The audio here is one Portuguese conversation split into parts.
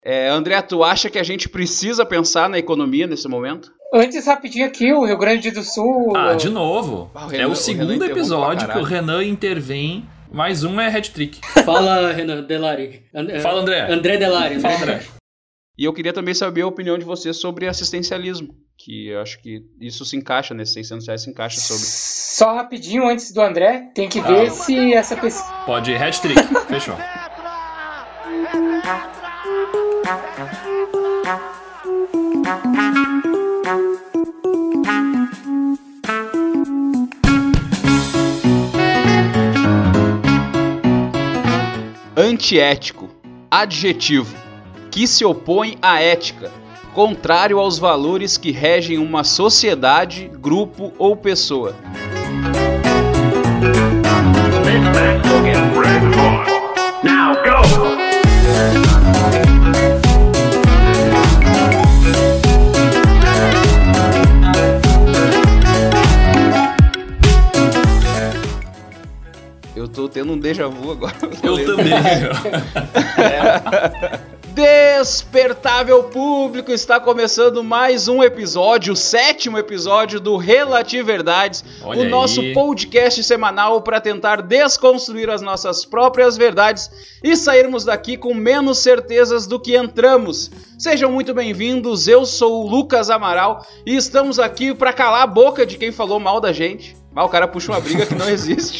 André, tu acha que a gente precisa pensar na economia nesse momento? Antes, rapidinho aqui, o Rio Grande do Sul... de novo. É o segundo episódio que o Renan intervém. Mais um é hat-trick. Fala, Renan Delari. Fala, André. André Delari. Fala, André. E eu queria também saber a opinião de vocês sobre assistencialismo, que eu acho que isso se encaixa, nesses 600 reais se encaixa sobre... Só rapidinho, antes do André, tem que ver se essa pessoa... Pode ir, hat-trick. Fechou. Antiético. Adjetivo. Que se opõe à ética. Contrário aos valores que regem uma sociedade, grupo ou pessoa. Now go! Eu tô tendo um déjà vu agora. Eu também. Despertável público, está começando mais um episódio, o 7º episódio do Relativerdades, o nosso podcast semanal para tentar desconstruir as nossas próprias verdades e sairmos daqui com menos certezas do que entramos. Sejam muito bem-vindos, eu sou o Lucas Amaral e estamos aqui para calar a boca de quem falou mal da gente. O cara puxa uma briga que não existe.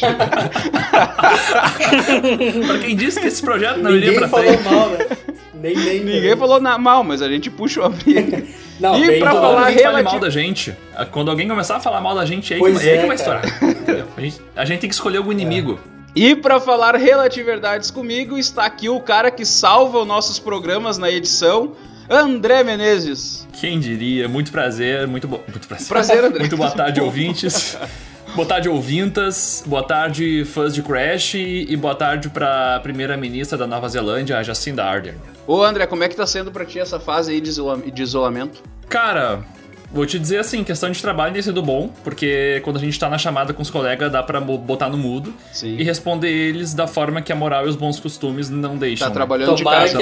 Pra quem disse que esse projeto não iria pra frente. Ninguém falou mal, né? Ninguém falou mal, mas a gente puxa uma briga. Não, e pra falar mal da gente, quando alguém começar a falar mal da gente, é aí que vai estourar. Entendeu? A gente tem que escolher algum inimigo. E pra falar relativerdades comigo, está aqui o cara que salva os nossos programas na edição, André Menezes. Quem diria? Muito prazer, muito prazer, André. Muito boa tarde, ouvintes. Boa tarde, ouvintas. Boa tarde, fãs de Crash. E boa tarde pra primeira-ministra da Nova Zelândia, a Jacinda Ardern. Ô, André, como é que tá sendo pra ti essa fase aí de isolamento? Cara, vou te dizer assim, questão de trabalho tem sido bom, porque quando a gente tá na chamada com os colegas, dá pra botar no mudo. Sim. E responder eles da forma que a moral e os bons costumes não deixam. Tá trabalhando de casa.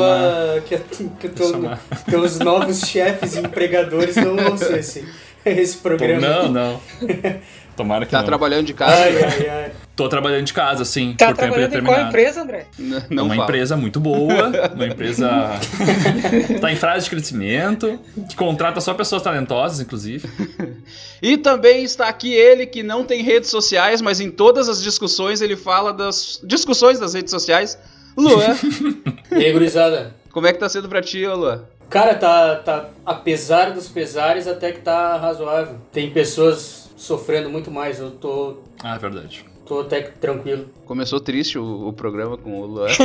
Que os novos chefes e empregadores não vão ser assim. Esse programa. Não. Tomara que não. Tá trabalhando de casa? Ai. Tô trabalhando de casa, sim. Tá por tempo trabalhando em qual empresa, André? Uma empresa muito boa, uma empresa tá em fase de crescimento, que contrata só pessoas talentosas, inclusive. E também está aqui ele, que não tem redes sociais, mas em todas as discussões ele fala das discussões das redes sociais. Luan. E aí, gurizada? Como é que tá sendo pra ti, Luan? Cara, tá apesar dos pesares, até que tá razoável. Tem pessoas sofrendo muito mais, eu tô... Ah, é verdade. Tô até que tranquilo. Começou triste o programa com o Luan.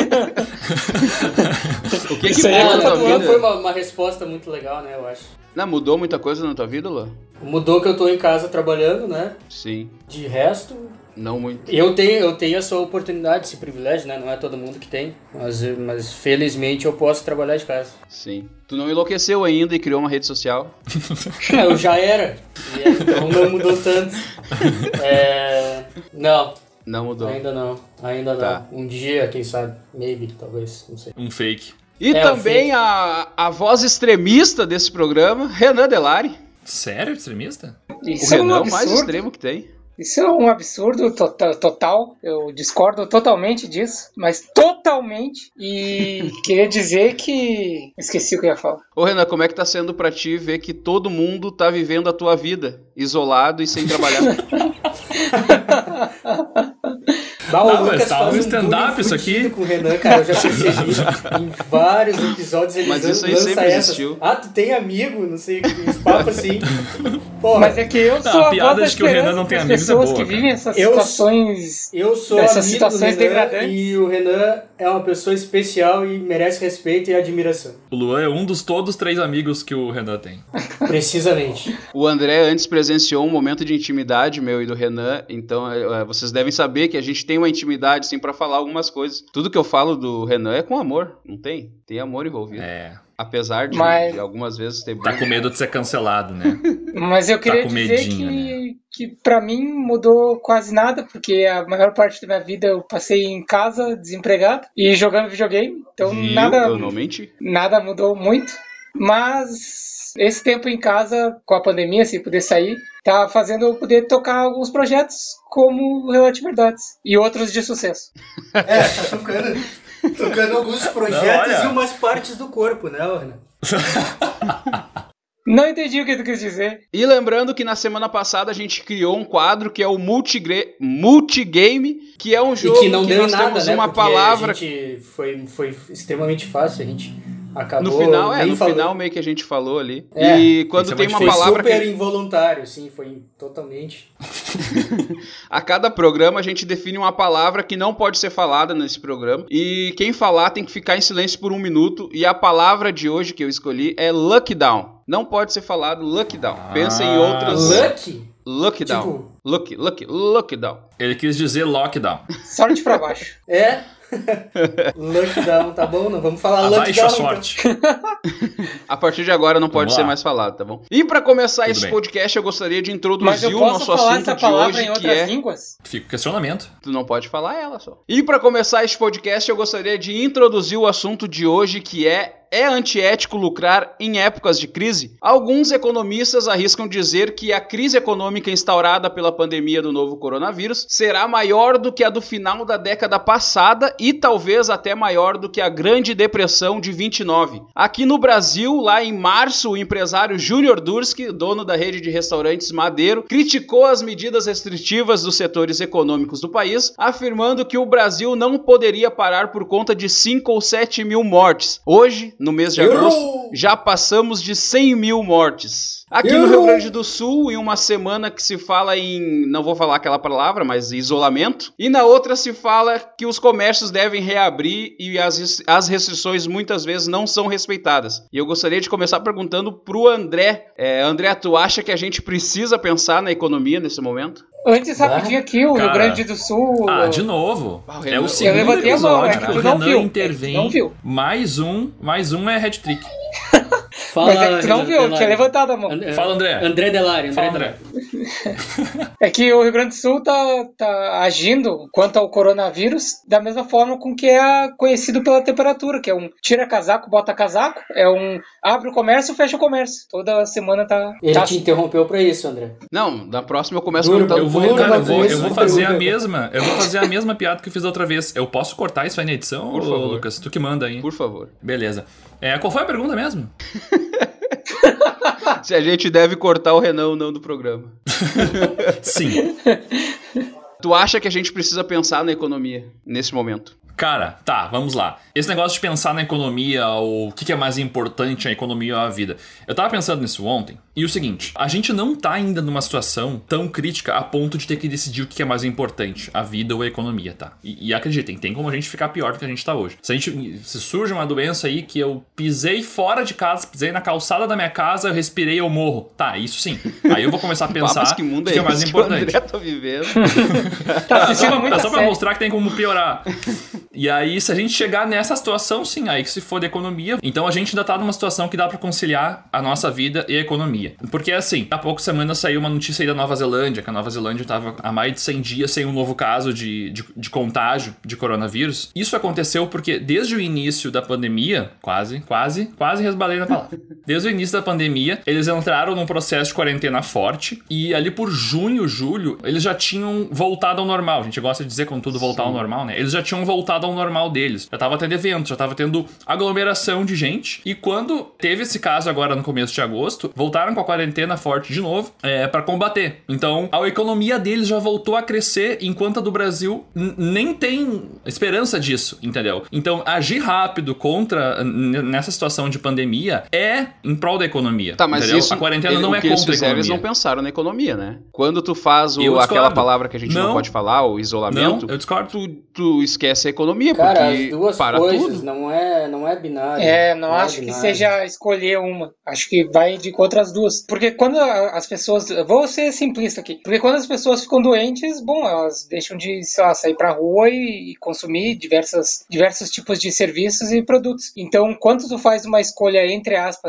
O que mudou na tua vida? Foi uma resposta muito legal, né, eu acho. Não, mudou muita coisa na tua vida, Luan? Mudou que eu tô em casa trabalhando, né? Sim. De resto... Não muito. Eu tenho essa oportunidade, esse privilégio, né? Não é todo mundo que tem. Mas felizmente eu posso trabalhar de casa. Sim. Tu não enlouqueceu ainda e criou uma rede social? Eu já era. Então não mudou tanto. Não. Não mudou. Ainda não. Tá. Um dia, quem sabe. Maybe, talvez. Não sei. Um fake. E também a voz extremista desse programa, Renan Delari. Sério? Extremista? Isso o Renan é o mais extremo que tem. Isso é um absurdo total, eu discordo totalmente disso, mas totalmente, e queria dizer que... Esqueci o que eu ia falar. Ô Renan, como é que tá sendo pra ti ver que todo mundo tá vivendo a tua vida, isolado e sem trabalhar? Mas tá um stand-up isso aqui. Com o Renan, cara, eu já percebi em vários episódios ele Mas isso aí lança sempre essas. existiu. Tu tem amigo, não sei, uns papos assim. Porra. Mas é que eu sou a piada de que o Renan não tem amigos é boa, que vivem essas situações. Eu sou essas amigo situações do Renan, degradantes. e o Renan é uma pessoa especial e merece respeito e admiração. O Luan é um dos todos 3 amigos que o Renan tem. Precisamente. O André antes presenciou um momento de intimidade meu e do Renan, então vocês devem saber que a gente tem uma intimidade assim pra falar algumas coisas. Tudo que eu falo do Renan é com amor, não tem? Tem amor envolvido. Apesar de algumas vezes ter... Tá com medo de ser cancelado, né? Mas eu queria tá com dizer medinho, que que pra mim mudou quase nada, porque a maior parte da minha vida eu passei em casa, desempregado, e jogando videogame. Então nada mudou muito. Mas esse tempo em casa, com a pandemia, sem poder sair, tá fazendo eu poder tocar alguns projetos como Relatividades e outros de sucesso. Tá tocando alguns projetos e umas partes do corpo, né, Orna? Não entendi o que tu quis dizer. E lembrando que na semana passada a gente criou um quadro que é o Multigame, que é um jogo e que não deu nós nada, temos né? uma palavra. Foi extremamente fácil, a gente acabou. No final meio que a gente falou ali. E quando tem uma palavra super involuntário, sim, foi totalmente. A cada programa a gente define uma palavra que não pode ser falada nesse programa. E quem falar tem que ficar em silêncio por 1 minuto. E a palavra de hoje que eu escolhi é Lockdown. Não pode ser falado Lockdown. Pensa em outras. Lockdown. Tipo... Lockdown. Ele quis dizer lockdown. Sorte pra baixo. Lockdown, tá bom? Não vamos falar lockdown. Abaixa a sorte. Então. A partir de agora não pode ser mais falado, tá bom? E pra começar esse podcast eu gostaria de introduzir o nosso assunto de hoje, que é... línguas? Fica o questionamento. Tu não pode falar ela só. E pra começar esse podcast eu gostaria de introduzir o assunto de hoje, que é antiético lucrar em épocas de crise? Alguns economistas arriscam dizer que a crise econômica instaurada pela pandemia do novo coronavírus será maior do que a do final da década passada e talvez até maior do que a Grande Depressão de 29. Aqui no Brasil, lá em março, o empresário Júnior Durski, dono da rede de restaurantes Madeiro, criticou as medidas restritivas dos setores econômicos do país, afirmando que o Brasil não poderia parar por conta de 5 ou 7 mil mortes. Hoje, no mês de agosto, já passamos de 100 mil mortes. Aqui no Rio Grande do Sul, em uma semana que se fala em, não vou falar aquela palavra, mas isolamento, e na outra se fala que os comércios devem reabrir e as restrições muitas vezes não são respeitadas. E eu gostaria de começar perguntando pro André. André, tu acha que a gente precisa pensar na economia nesse momento? Antes, rapidinho aqui, o Rio Grande do Sul... de novo. É o segundo episódio que o Renan intervém. Não viu. Mais um é hat-trick. Fala, mas é que tu não viu, tinha levantado a mão. Fala, André. André Delari. Fala, André. É que o Rio Grande do Sul tá agindo quanto ao coronavírus da mesma forma com que é conhecido pela temperatura, que é um tira casaco, bota casaco, é um abre o comércio, fecha o comércio. Toda semana tá... Ele te interrompeu pra isso, André. Não, da próxima eu começo perguntando. Eu vou fazer a mesma piada que eu fiz da outra vez. Eu posso cortar isso aí na edição, por favor, Lucas? Tu que manda aí. Por favor. Beleza. Qual foi a pergunta mesmo? Se a gente deve cortar o Renan ou não do programa. Sim. Tu acha que a gente precisa pensar na economia nesse momento? Cara, tá, vamos lá. Esse negócio de pensar na economia, ou o que é mais importante, a economia ou a vida. Eu tava pensando nisso ontem, e o seguinte, a gente não tá ainda numa situação tão crítica a ponto de ter que decidir o que é mais importante, a vida ou a economia, tá? E acreditem, tem como a gente ficar pior do que a gente tá hoje. Se surge uma doença aí que eu pisei fora de casa, pisei na calçada da minha casa, eu respirei, eu morro. Tá, isso sim. Aí eu vou começar a pensar que mundo o que é mais importante. Que o André tá vivendo. Tá só pra mostrar que tem como piorar. E aí, se a gente chegar nessa situação, sim, aí que se for da economia, então a gente ainda tá numa situação que dá pra conciliar a nossa vida e a economia. Porque assim, há poucas semanas saiu uma notícia aí da Nova Zelândia, que a Nova Zelândia tava há mais de 100 dias sem um novo caso de contágio de coronavírus. Isso aconteceu porque desde o início da pandemia, quase resbalei na palavra. Desde o início da pandemia, eles entraram num processo de quarentena forte e ali por junho, julho, eles já tinham voltado ao normal. A gente gosta de dizer quando tudo voltar ao normal, né? Eles já tinham voltado ao normal deles. Já tava tendo eventos, já tava tendo aglomeração de gente. E quando teve esse caso agora no começo de agosto, voltaram com a quarentena forte de novo pra combater. Então, a economia deles já voltou a crescer, enquanto a do Brasil nem tem esperança disso, entendeu? Então, agir rápido nessa situação de pandemia é em prol da economia. Tá, mas entendeu? Isso, a quarentena não é contra a economia. Eles não pensaram na economia, né? Quando tu faz aquela palavra que a gente não pode falar, o isolamento, eu discordo. Tu esquece a economia, cara, porque as duas para coisas, tudo. Não é binário. Não acho que seja escolher uma. Acho que vai de contra as duas. Porque quando as pessoas... Vou ser simplista aqui. Porque quando as pessoas ficam doentes, elas deixam de, sair pra rua e consumir diversos tipos de serviços e produtos. Então, quando tu faz uma escolha, entre aspas,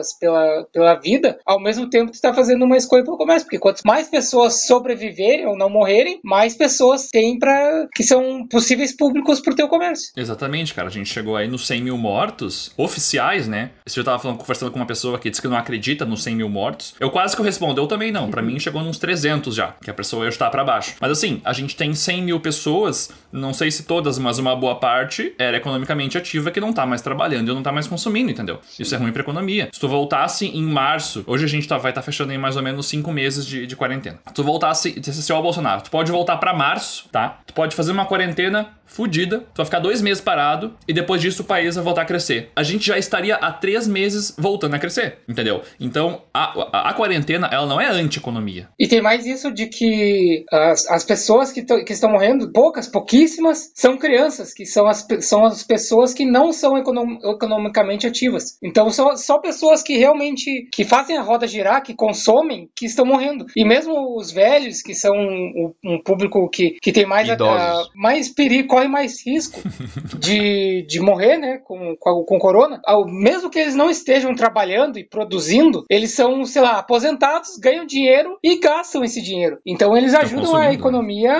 ameaçadas pela vida, ao mesmo tempo tu está fazendo uma escolha pelo comércio, porque quanto mais pessoas sobreviverem ou não morrerem, mais pessoas tem que são possíveis públicos pro teu comércio. Exatamente, cara. A gente chegou aí nos 100 mil mortos oficiais, né? Esse eu tava conversando com uma pessoa que disse que não acredita nos 100 mil mortos. Eu quase que eu respondo, eu também não. Pra mim chegou nos 300 já, que a pessoa ia estar pra baixo. Mas assim, a gente tem 100 mil pessoas, não sei se todas, mas uma boa parte era economicamente ativa que não tá mais trabalhando e não tá mais consumindo, entendeu? Isso é ruim pra economia. Se tu voltasse em março, hoje a gente vai estar fechando em mais ou menos 5 meses de quarentena. Se tu voltasse, disse ao Bolsonaro, tu pode voltar pra março, tá? Tu pode fazer uma quarentena fudida, tu vai ficar 2 meses parado e depois disso o país vai voltar a crescer. A gente já estaria há 3 meses voltando a crescer, entendeu? Então, a quarentena, ela não é anti-economia. E tem mais isso de que as pessoas que estão morrendo, pouquíssimas, são crianças, que são as pessoas que não são economicamente ativas. Então, são só pessoas que realmente que fazem a roda girar, que consomem, que estão morrendo. E mesmo os velhos, que são um público que tem mais perigo, corre mais risco de morrer, né, com corona, mesmo que eles não estejam trabalhando e produzindo, eles são, sei lá, aposentados, ganham dinheiro e gastam esse dinheiro. Então eles ajudam a economia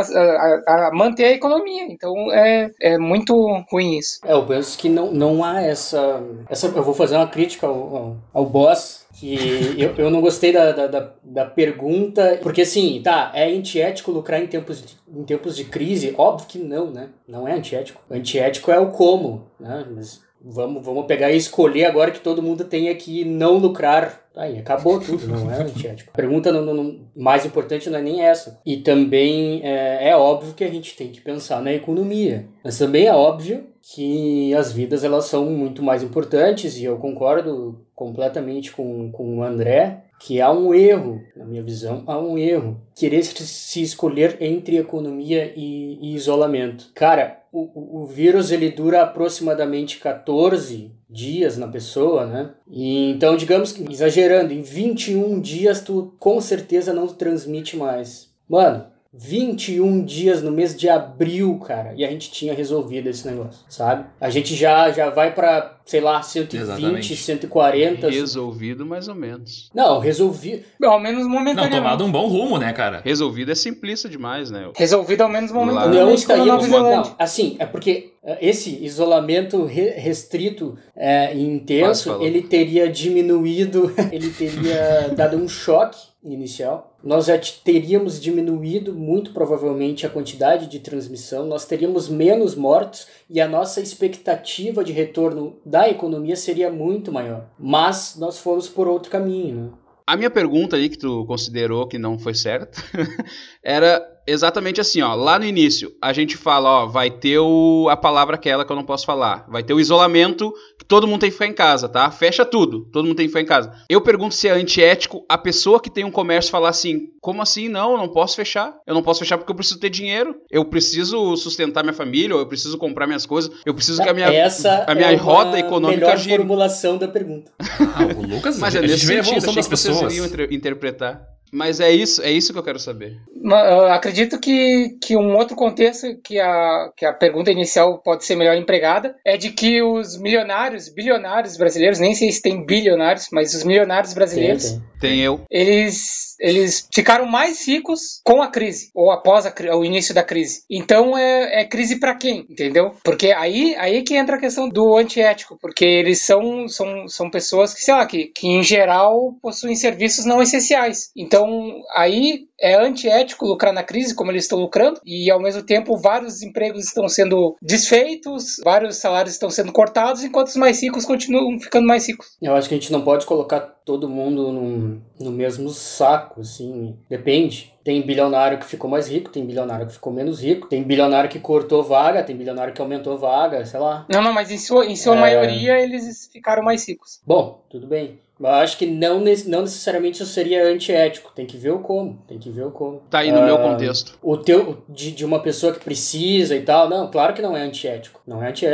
a manter a economia. Então é muito ruim isso. Eu penso que não há essa... Eu vou fazer uma crítica ao boss, que eu não gostei da pergunta, porque assim, tá, é antiético lucrar em tempos de crise? Óbvio que não, né? Não é antiético. Antiético é o como, né? Mas vamos pegar e escolher agora que todo mundo tenha que não lucrar. Aí, acabou tudo, não é antiético. A pergunta mais importante não é nem essa. E também é óbvio que a gente tem que pensar na economia. Mas também é óbvio que as vidas elas são muito mais importantes, e eu concordo completamente com o André, que há um erro, na minha visão, há um erro. Querer se escolher entre economia e isolamento. Cara, o vírus ele dura aproximadamente 14 dias na pessoa, né? E então, digamos que, exagerando, em 21 dias tu com certeza não transmite mais. Mano, 21 dias no mês de abril, cara, e a gente tinha resolvido esse negócio, sabe? A gente já vai pra, sei lá, 120, exatamente. 140... Resolvido mais ou menos. Não, resolvido... Ao menos momentaneamente. Não, tomado um bom rumo, né, cara? Resolvido é simplista demais, né? Resolvido ao menos momentaneamente. Não estaríamos... Não, assim, é porque esse isolamento restrito e intenso, ele teria diminuído, ele teria dado um choque inicial. Nós já teríamos diminuído muito provavelmente a quantidade de transmissão, nós teríamos menos mortos e a nossa expectativa de retorno da economia seria muito maior. Mas nós fomos por outro caminho, né? A minha pergunta aí, que tu considerou que não foi certa, era exatamente assim, ó. Lá no início, a gente fala, ó, vai ter a palavra aquela que eu não posso falar. Vai ter o isolamento, que todo mundo tem que ficar em casa, tá? Fecha tudo, todo mundo tem que ficar em casa. Eu pergunto se é antiético a pessoa que tem um comércio falar assim, como assim? Não, eu não posso fechar. Eu não posso fechar porque eu preciso ter dinheiro. Eu preciso sustentar minha família, ou eu preciso comprar minhas coisas. Eu preciso que a minha roda econômica gire. Melhor formulação da pergunta. O Lucas, mas é nesse sentido, achei que vocês iriam interpretar. Mas é isso que eu quero saber. Eu acredito que um outro contexto que a pergunta inicial pode ser melhor empregada é de que os bilionários brasileiros, nem sei se tem bilionários, mas os milionários brasileiros... Tem eu. Eles ficaram mais ricos com a crise, ou após o início da crise. Então é crise pra quem, entendeu? Porque aí que entra a questão do antiético, porque eles são pessoas que, sei lá, que em geral possuem serviços não essenciais. Então aí é antiético lucrar na crise, como eles estão lucrando, e ao mesmo tempo vários empregos estão sendo desfeitos, vários salários estão sendo cortados, enquanto os mais ricos continuam ficando mais ricos. Eu acho que a gente não pode colocar todo mundo no mesmo saco, assim, depende. Tem bilionário que ficou mais rico, tem bilionário que ficou menos rico, tem bilionário que cortou vaga, tem bilionário que aumentou vaga, sei lá. Não, mas em sua maioria eles ficaram mais ricos. Bom, tudo bem. Eu acho que não necessariamente isso seria antiético. Tem que ver o como. Tá aí no meu contexto. De uma pessoa que precisa e tal. Não, claro que não é antiético. Não é antiético.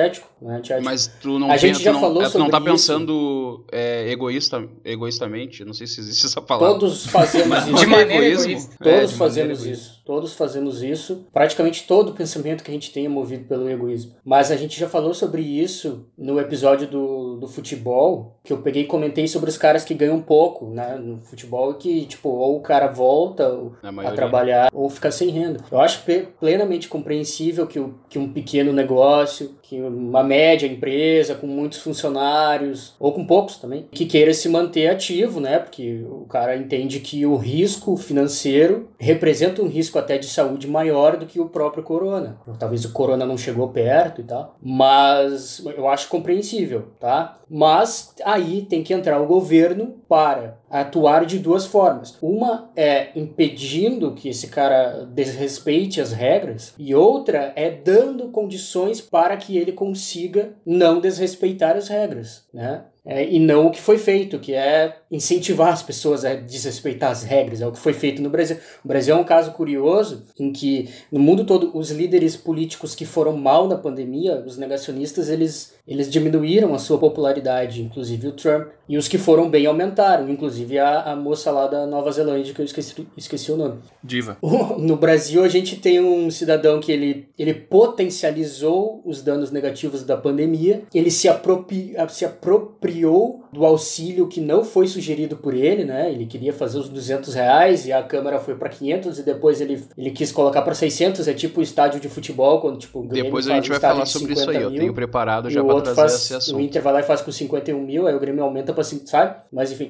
Não é antiético. Mas tu não, a gente já falou tu sobre não tá isso. Pensando egoístamente, não sei se existe essa palavra. Todos fazemos isso. De maneira egoísta. Todos fazemos isso. Todos fazemos isso. Praticamente todo pensamento que a gente tem é movido pelo egoísmo. Mas a gente já falou sobre isso no episódio do futebol, que eu peguei e comentei sobre os caras que ganham pouco, né, no futebol, que, tipo, ou o cara volta a trabalhar ou fica sem renda. Eu acho plenamente compreensível que um pequeno negócio, que uma média empresa com muitos funcionários, ou com poucos também, que queira se manter ativo, né, porque o cara entende que o risco financeiro representa um risco até de saúde maior do que o próprio corona. Talvez o corona não chegou perto e tal, mas eu acho compreensível, tá? Mas aí tem que entrar o governo para atuar de duas formas. Uma é impedindo que esse cara desrespeite as regras, e outra é dando condições para que ele consiga não desrespeitar as regras, né? E não o que foi feito, que é incentivar as pessoas a desrespeitar as regras. É o que foi feito no Brasil. O Brasil é um caso curioso em que, no mundo todo, os líderes políticos que foram mal na pandemia, os negacionistas, eles diminuíram a sua popularidade, inclusive o Trump. E os que foram bem aumentaram, inclusive a moça lá da Nova Zelândia, que eu esqueci o nome. Diva. No Brasil, a gente tem um cidadão que ele potencializou os danos negativos da pandemia, ele se apropriou do auxílio que não foi sugerido por ele, né? Ele queria fazer os R$200 e a Câmara foi para 500 e depois ele quis colocar para 600, é tipo o estádio de futebol, quando tipo o Grêmio depois a gente vai falar sobre isso aí, eu tenho preparado já para trazer esse assunto. O Inter vai lá e faz com 51 mil, aí o Grêmio aumenta para 5, sabe? Mas enfim...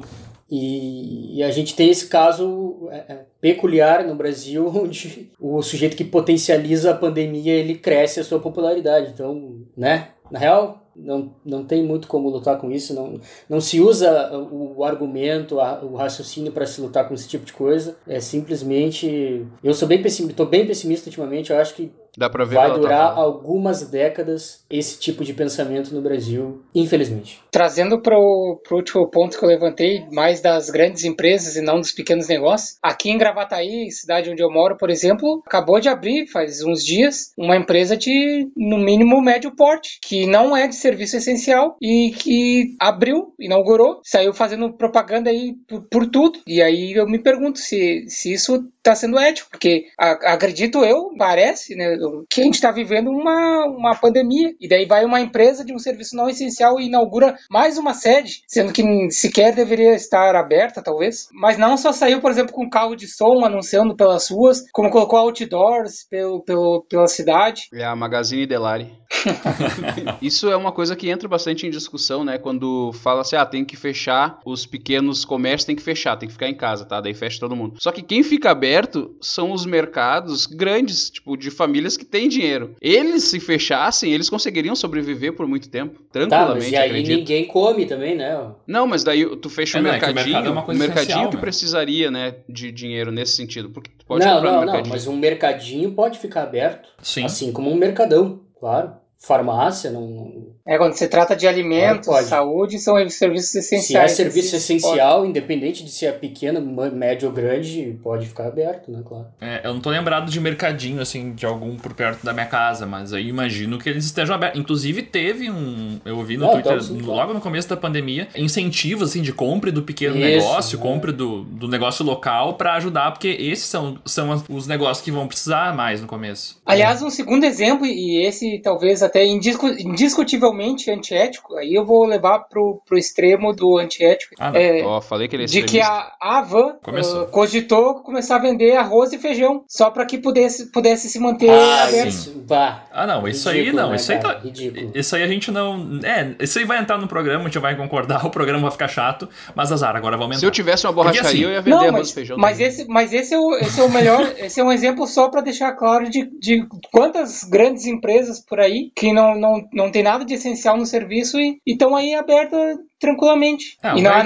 E a gente tem esse caso peculiar no Brasil, onde o sujeito que potencializa a pandemia, ele cresce a sua popularidade. Então, né? Na real, não tem muito como lutar com isso. Não se usa o argumento, o raciocínio para se lutar com esse tipo de coisa. É simplesmente... Eu estou bem pessimista ultimamente. Eu acho que dá pra ver vai durar algumas décadas esse tipo de pensamento no Brasil, infelizmente. Trazendo pro último ponto que eu levantei, mais das grandes empresas e não dos pequenos negócios, aqui em Gravataí, cidade onde eu moro, por exemplo, acabou de abrir, faz uns dias, uma empresa de, no mínimo, médio porte, que não é de serviço essencial e que abriu, inaugurou, saiu fazendo propaganda aí por tudo. E aí eu me pergunto se isso está sendo ético, porque acredito eu, parece, né, que a gente está vivendo uma pandemia, e daí vai uma empresa de um serviço não essencial e inaugura mais uma sede, sendo que sequer deveria estar aberta, talvez. Mas não só saiu, por exemplo, com carro de som anunciando pelas ruas, como colocou outdoors pela cidade. É a Magazine Delari. Isso é uma coisa que entra bastante em discussão, né? Quando fala assim, tem que fechar, os pequenos comércios tem que fechar, tem que ficar em casa, tá? Daí fecha todo mundo. Só que quem fica aberto são os mercados grandes, tipo, de famílias que têm dinheiro. Eles, se fechassem, eles conseguiriam sobreviver por muito tempo, tranquilamente, mas e aí acredito. Ninguém come também, né? Não, mas daí tu fecha o mercadinho, o mercadinho tu precisaria, né, de dinheiro nesse sentido, porque tu pode comprar no mercadinho. Não, mas um mercadinho pode ficar aberto, sim, assim como um mercadão, claro. Farmácia, não... Quando se trata de alimentos, saúde, são serviços essenciais. Se é serviço essencial, independente de se é pequeno, médio ou grande, pode ficar aberto, né, claro. Eu não tô lembrado de mercadinho, assim, de algum por perto da minha casa, mas aí imagino que eles estejam abertos. Inclusive teve eu ouvi no Twitter, logo no começo da pandemia, incentivos, assim, de compra do pequeno negócio, compra do negócio local pra ajudar, porque esses são os negócios que vão precisar mais no começo. Aliás, um segundo exemplo, e esse talvez até indiscutivelmente antiético, aí eu vou levar pro extremo do antiético. Falei que ele é de que a Havan cogitou começar a vender arroz e feijão, só para que pudesse se manter aberto. Isso aí não, né, isso aí tá ridículo. Isso aí a gente não... isso aí vai entrar no programa, a gente vai concordar, o programa vai ficar chato, mas azar, agora vamos aumentar. Se eu tivesse uma borracharia, eu ia vender arroz e feijão. Mas esse é o melhor, esse é um exemplo só para deixar claro de quantas grandes empresas por aí que não tem nada de essencial no serviço e estão aí abertas tranquilamente.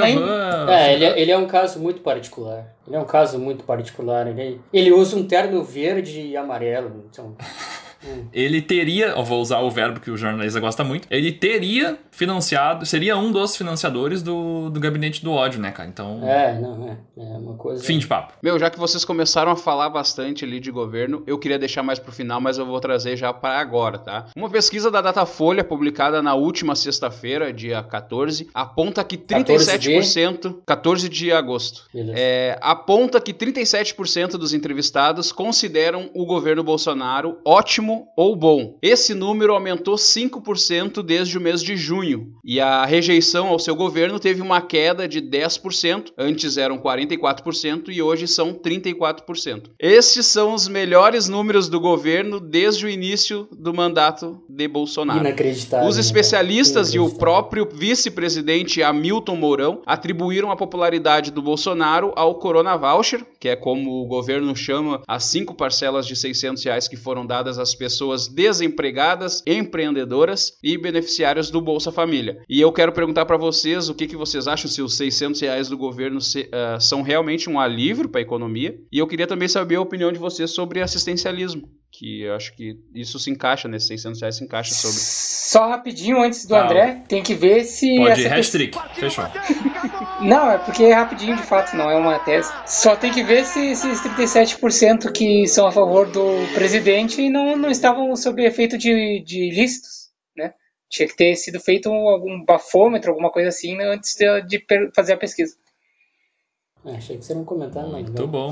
Ele é um caso muito particular. Ele usa um terno verde e amarelo, então... ele teria, eu vou usar o verbo que o jornalista gosta muito, ele teria financiado, seria um dos financiadores do gabinete do ódio, né, cara? Então... É uma coisa... Fim de papo. Já que vocês começaram a falar bastante ali de governo, eu queria deixar mais pro final, mas eu vou trazer já para agora, tá? Uma pesquisa da Datafolha, publicada na última sexta-feira, dia 14, aponta que 37%... 14 de agosto. Aponta que 37% dos entrevistados consideram o governo Bolsonaro ótimo ou bom. Esse número aumentou 5% desde o mês de junho. E a rejeição ao seu governo teve uma queda de 10%. Antes eram 44% e hoje são 34%. Esses são os melhores números do governo desde o início do mandato de Bolsonaro. Inacreditável. Os especialistas e o próprio vice-presidente Hamilton Mourão atribuíram a popularidade do Bolsonaro ao Corona Voucher, que é como o governo chama as 5 parcelas de R$600 que foram dadas às pessoas desempregadas, empreendedoras e beneficiários do Bolsa Família. E eu quero perguntar para vocês o que vocês acham, se os R$600 do governo são realmente um alívio para a economia. E eu queria também saber a opinião de vocês sobre assistencialismo, que eu acho que isso se encaixa, nesses R$600 se encaixa sobre... Só rapidinho, antes do André, tem que ver se... Pode ir, hashtag, fechou. Não, é porque é rapidinho de fato, não é uma tese. Só tem que ver se esses 37% que são a favor do presidente não estavam sob efeito de ilícitos, né? Tinha que ter sido feito algum bafômetro, alguma coisa assim, né, antes de fazer a pesquisa. Achei que você não comentar, mas... Muito bom.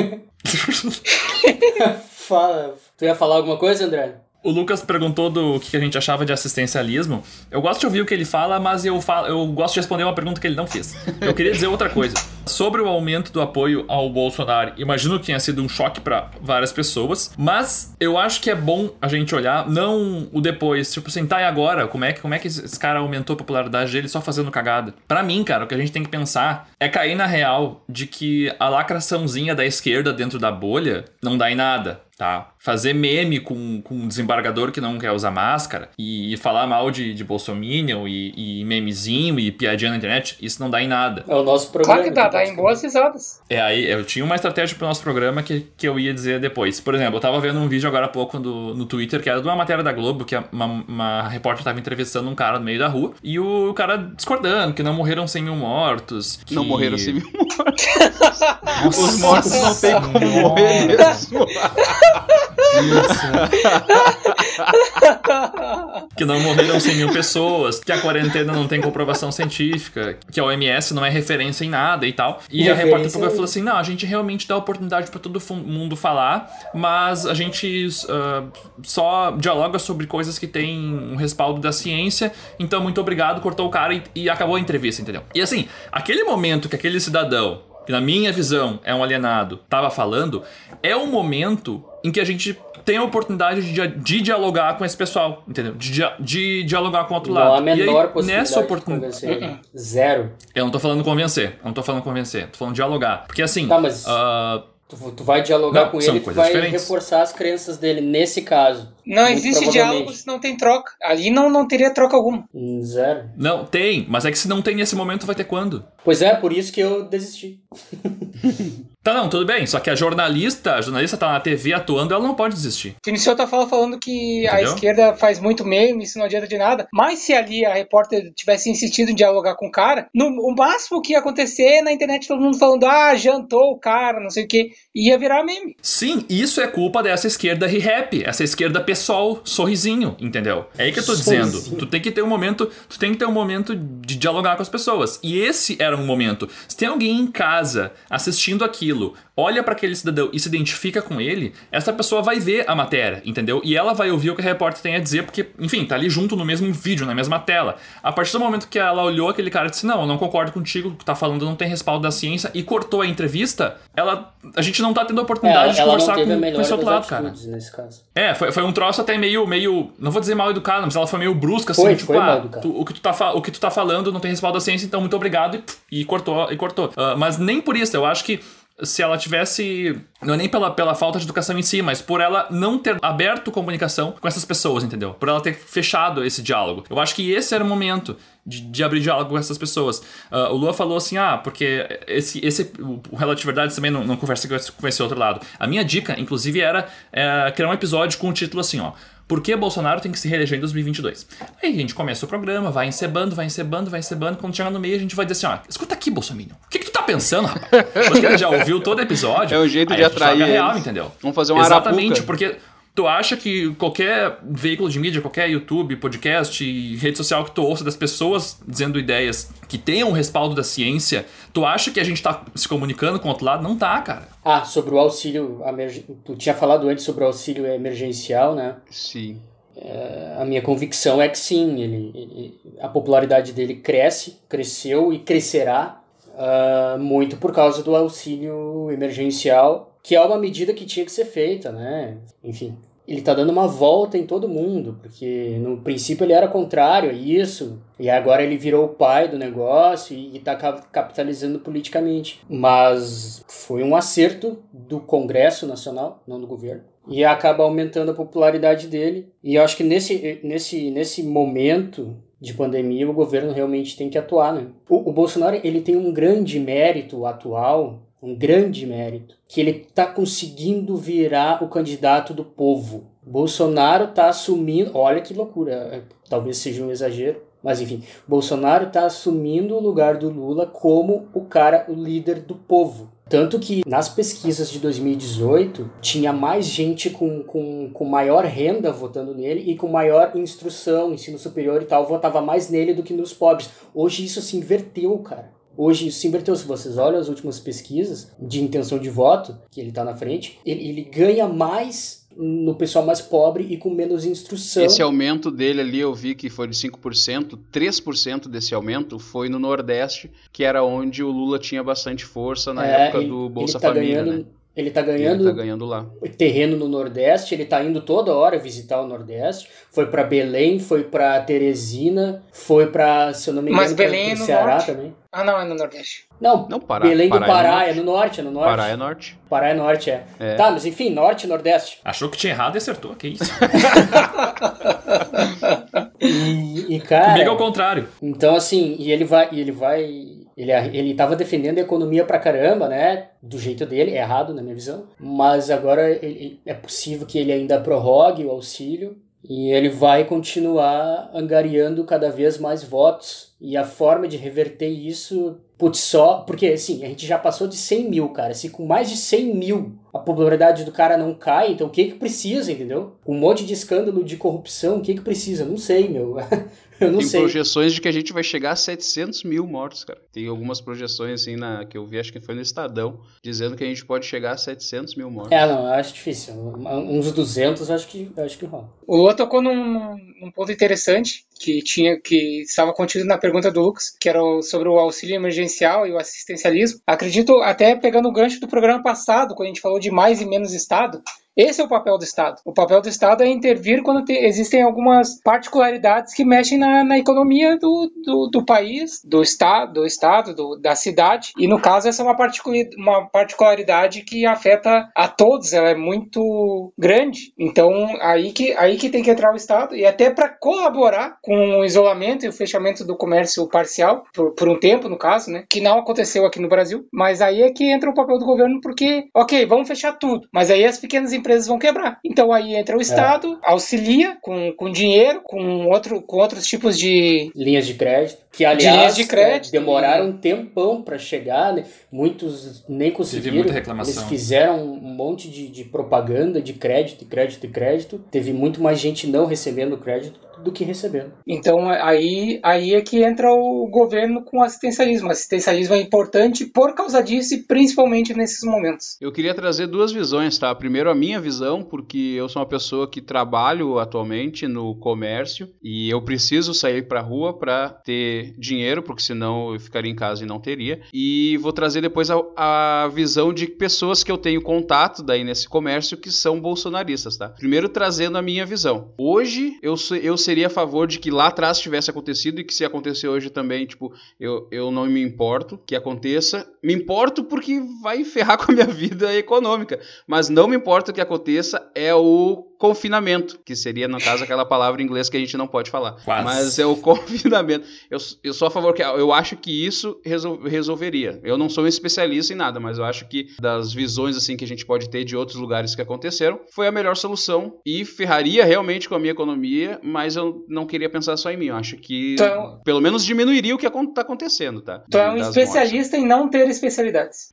Fala. Tu ia falar alguma coisa, André? O Lucas perguntou do que a gente achava de assistencialismo. Eu gosto de ouvir o que ele fala, mas eu gosto de responder uma pergunta que ele não fez. Eu queria dizer outra coisa. Sobre o aumento do apoio ao Bolsonaro, imagino que tenha sido um choque para várias pessoas, mas eu acho que é bom a gente olhar, não o depois, tipo assim, tá, e agora? Como é que esse cara aumentou a popularidade dele só fazendo cagada? Pra mim, cara, o que a gente tem que pensar é cair na real de que a lacraçãozinha da esquerda dentro da bolha não dá em nada. Tá? Fazer meme com um desembargador que não quer usar máscara e falar mal de bolsominion e memezinho e piadinha na internet, isso não dá em nada. É o nosso programa. Claro que dá em boas risadas. Aí eu tinha uma estratégia pro nosso programa que eu ia dizer depois. Por exemplo, eu tava vendo um vídeo agora há pouco no Twitter, que era de uma matéria da Globo, que uma repórter tava entrevistando um cara no meio da rua, e o cara discordando que não morreram 100 mil mortos. Que... Não morreram 100 mil mortos. Os mortos não tem como morrer mesmo. Que não morreram 100 mil pessoas, que a quarentena não tem comprovação científica, que a OMS não é referência em nada e tal. E a repórter falou assim, não, a gente realmente dá oportunidade pra todo mundo falar, mas a gente só dialoga sobre coisas que tem um respaldo da ciência, então muito obrigado, cortou o cara e acabou a entrevista, entendeu? E assim, aquele momento que aquele cidadão, que na minha visão é um alienado, tava falando, é um momento em que a gente tem a oportunidade de dialogar com esse pessoal, entendeu? De dialogar com o outro lado. Não há a menor possibilidade nessa oportunidade de convencer. Zero. Eu não tô falando convencer, tô falando dialogar. Porque assim... Tá, mas tu vai dialogar com ele, tu vai reforçar as crenças dele, nesse caso. Não existe diálogo se não tem troca. Ali não teria troca alguma. Zero. Não, tem, mas é que se não tem nesse momento, vai ter quando? Pois é, por isso que eu desisti. Tá, não, tudo bem, só que a jornalista tá na TV atuando, ela não pode desistir. Tu iniciou tua fala falando que a esquerda faz muito meme, isso não adianta de nada, mas se ali a repórter tivesse insistido em dialogar com o cara, o máximo que ia acontecer na internet todo mundo falando, jantou o cara, não sei o que, ia virar meme. Sim, isso é culpa dessa esquerda re-rap, essa esquerda pessoal, sorrisinho, entendeu? É aí que eu tô dizendo, tu tem que ter um momento de dialogar com as pessoas, e esse era um momento. Se tem alguém em casa assistindo aquilo, olha pra aquele cidadão e se identifica com ele, essa pessoa vai ver a matéria, entendeu? E ela vai ouvir o que a repórter tem a dizer, porque, enfim, tá ali junto no mesmo vídeo, na mesma tela. A partir do momento que ela olhou aquele cara e disse, não, eu não concordo contigo, o que tu tá falando não tem respaldo da ciência, e cortou a entrevista, a gente não tá tendo a oportunidade de conversar com esse outro lado, cara. Nesse caso. Foi um troço até meio, não vou dizer mal educado, mas ela foi meio brusca, assim, tipo, o que tu tá falando não tem respaldo da ciência, então muito obrigado, e cortou. Mas nem por isso, eu acho que se ela tivesse... Não é nem pela falta de educação em si, mas por ela não ter aberto comunicação com essas pessoas, entendeu? Por ela ter fechado esse diálogo. Eu acho que esse era o momento de abrir diálogo com essas pessoas. O Lua falou assim, porque o Relativo Verdades também não conversa com esse outro lado. A minha dica, inclusive, era criar um episódio com o título assim, por que Bolsonaro tem que se reeleger em 2022? Aí a gente começa o programa, vai encebando. Quando chegar no meio, a gente vai dizer assim, escuta aqui, Bolsominion. O que tu tá pensando, rapaz? Você já ouviu todo episódio. É um jeito de atrair eles. Real, entendeu? Vamos fazer um Exatamente, arapuca. porque... Tu acha que qualquer veículo de mídia, qualquer YouTube, podcast, rede social que tu ouça das pessoas dizendo ideias que tenham o respaldo da ciência, tu acha que a gente tá se comunicando com o outro lado? Não tá, cara. Sobre o auxílio... Tu tinha falado antes sobre o auxílio emergencial, né? Sim. A minha convicção é que sim, a popularidade dele cresceu e crescerá muito por causa do auxílio emergencial, que é uma medida que tinha que ser feita, né? Enfim, ele tá dando uma volta em todo mundo, porque no princípio ele era contrário a isso, e agora ele virou o pai do negócio e tá capitalizando politicamente. Mas foi um acerto do Congresso Nacional, não do governo, e acaba aumentando a popularidade dele. E eu acho que nesse momento de pandemia o governo realmente tem que atuar, né? O Bolsonaro, ele tem um grande mérito atual, que ele está conseguindo virar o candidato do povo. Bolsonaro está assumindo... Olha que loucura, talvez seja um exagero, mas enfim. Bolsonaro está assumindo o lugar do Lula como o líder do povo. Tanto que nas pesquisas de 2018 tinha mais gente com maior renda votando nele e com maior instrução, ensino superior e tal, votava mais nele do que nos pobres. Hoje isso se inverteu, cara. Se vocês olham as últimas pesquisas de intenção de voto, que ele está na frente, ele ganha mais no pessoal mais pobre e com menos instrução. Esse aumento dele ali, eu vi que foi de 5%, 3% desse aumento foi no Nordeste, que era onde o Lula tinha bastante força na época do Bolsa Família, né? Ele tá ganhando lá. Terreno no Nordeste, ele tá indo toda hora visitar o Nordeste. Foi pra Belém, foi pra Teresina, foi pra, se eu não me engano, mas Belém é no Ceará norte também. Não, é no Nordeste. Não, Pará, Belém do Pará é no norte. Pará é norte. Pará é norte, Tá, mas enfim, norte e nordeste. Achou que tinha errado e acertou, que isso? e cara... Comigo é o contrário. Então, assim, ele tava defendendo a economia pra caramba, né? Do jeito dele, é errado na minha visão. Mas agora é possível que ele ainda prorrogue o auxílio e ele vai continuar angariando cada vez mais votos. E a forma de reverter isso, porque assim, a gente já passou de 100 mil, cara. Se com mais de 100 mil a popularidade do cara não cai, então o que precisa, entendeu? Um monte de escândalo de corrupção, o que precisa? Não sei, meu. Eu não sei. Tem projeções de que a gente vai chegar a 700 mil mortos, cara. Tem algumas projeções assim que eu vi, acho que foi no Estadão, dizendo que a gente pode chegar a 700 mil mortos. Não, eu acho difícil. Uns 200 acho que rola. O Lua tocou num ponto interessante que estava contido na pergunta do Lucas, que era sobre o auxílio emergencial e o assistencialismo. Acredito, até pegando o gancho do programa passado, quando a gente falou de mais e menos Estado, esse é o papel do Estado. O papel do Estado é intervir quando existem algumas particularidades que mexem na economia do país, do Estado, da cidade. E no caso, essa é uma particularidade que afeta a todos, ela é muito grande. Então, aí que tem que entrar o Estado, e até para colaborar com o isolamento e o fechamento do comércio parcial, por um tempo, no caso, né? Que não aconteceu aqui no Brasil. Mas aí é que entra o papel do governo, porque, ok, vamos fechar tudo, mas aí as pequenas empresas vão quebrar. Então aí entra o Estado, auxilia com dinheiro, com outros tipos de... linhas de crédito, que aliás demoraram um tempão para chegar, né? Muitos nem conseguiram. Teve muita reclamação. Eles fizeram um monte de propaganda de crédito. Teve muito mais gente não recebendo crédito do que recebendo. Então aí é que entra o governo com assistencialismo. O assistencialismo é importante por causa disso e principalmente nesses momentos. Eu queria trazer duas visões, tá? Primeiro a minha visão, porque eu sou uma pessoa que trabalho atualmente no comércio e eu preciso sair pra rua para ter ter dinheiro, porque senão eu ficaria em casa e não teria. E vou trazer depois a visão de pessoas que eu tenho contato daí nesse comércio que são bolsonaristas, tá? Primeiro trazendo a minha visão. Hoje eu seria a favor de que lá atrás tivesse acontecido e que se acontecer hoje também, tipo, eu não me importo que aconteça. Me importo porque vai ferrar com a minha vida econômica, mas não me importa que aconteça é o confinamento, que seria, no caso, aquela palavra em inglês que a gente não pode falar. Quase. Mas é o confinamento. Eu sou a favor que eu acho que isso resolveria. Eu não sou um especialista em nada, mas eu acho que das visões assim que a gente pode ter de outros lugares que aconteceram, foi a melhor solução e ferraria realmente com a minha economia, mas eu não queria pensar só em mim. Eu acho que pelo menos diminuiria o que está acontecendo, tá? Tu é um especialista em não ter especialidades.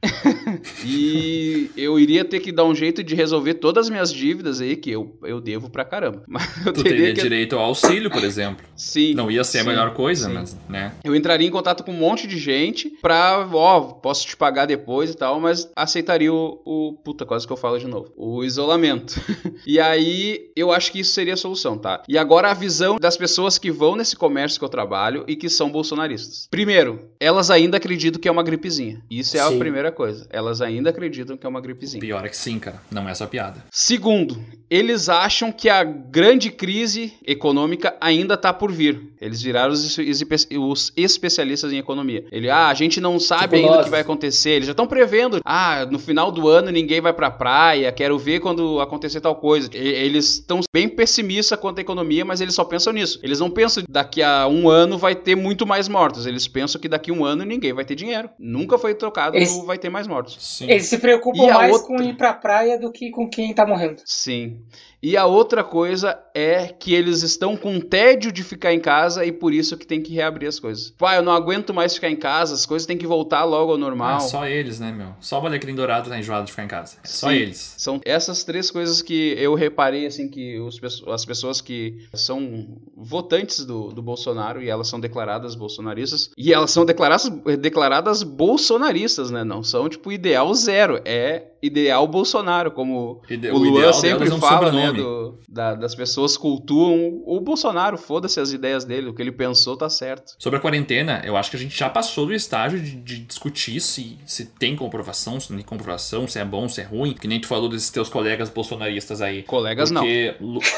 E eu iria ter que dar um jeito de resolver todas as minhas dívidas aí, que eu devo pra caramba. Mas eu teria direito ao auxílio, por exemplo. Sim. Não ia ser a melhor coisa, mas, né? Eu entraria em contato com um monte de gente pra, posso te pagar depois e tal, mas aceitaria puta, quase que eu falo de novo. O isolamento. E aí, eu acho que isso seria a solução, tá? E agora a visão das pessoas que vão nesse comércio que eu trabalho e que são bolsonaristas. Primeiro, elas ainda acreditam que é uma gripezinha. Isso é a primeira coisa. Elas ainda acreditam que é uma gripezinha. Pior é que sim, cara. Não é só piada. Segundo, eles acham que a grande crise econômica ainda tá por vir. Eles viraram os especialistas em economia. A gente não sabe ainda o que vai acontecer. Eles já estão prevendo. No final do ano ninguém vai pra praia. Quero ver quando acontecer tal coisa. Eles estão bem pessimistas quanto à economia, mas eles só pensam nisso. Eles não pensam que daqui a um ano vai ter muito mais mortos. Eles pensam que daqui a um ano ninguém vai ter dinheiro. Nunca foi trocado, vai ter mais mortos. Sim. Eles se preocupam mais com ir pra praia do que com quem tá morrendo. Sim. E a outra coisa é que eles estão com tédio de ficar em casa e por isso que tem que reabrir as coisas. Eu não aguento mais ficar em casa, as coisas têm que voltar logo ao normal. Só eles, né, meu? Só o Alecrim Dourado tá enjoado de ficar em casa. Só eles. São essas três coisas que eu reparei, assim, que as pessoas que são votantes do Bolsonaro, e elas são declaradas bolsonaristas, e elas são declaradas bolsonaristas, né? Não são, tipo, ideal zero. É ideal Bolsonaro, como o Luan sempre fala, né? Das pessoas cultuam o Bolsonaro, foda-se as ideias dele, o que ele pensou tá certo. Sobre a quarentena, eu acho que a gente já passou do estágio de discutir se tem comprovação, se não tem comprovação, se é bom, se é ruim, que nem tu falou desses teus colegas bolsonaristas aí. Colegas porque...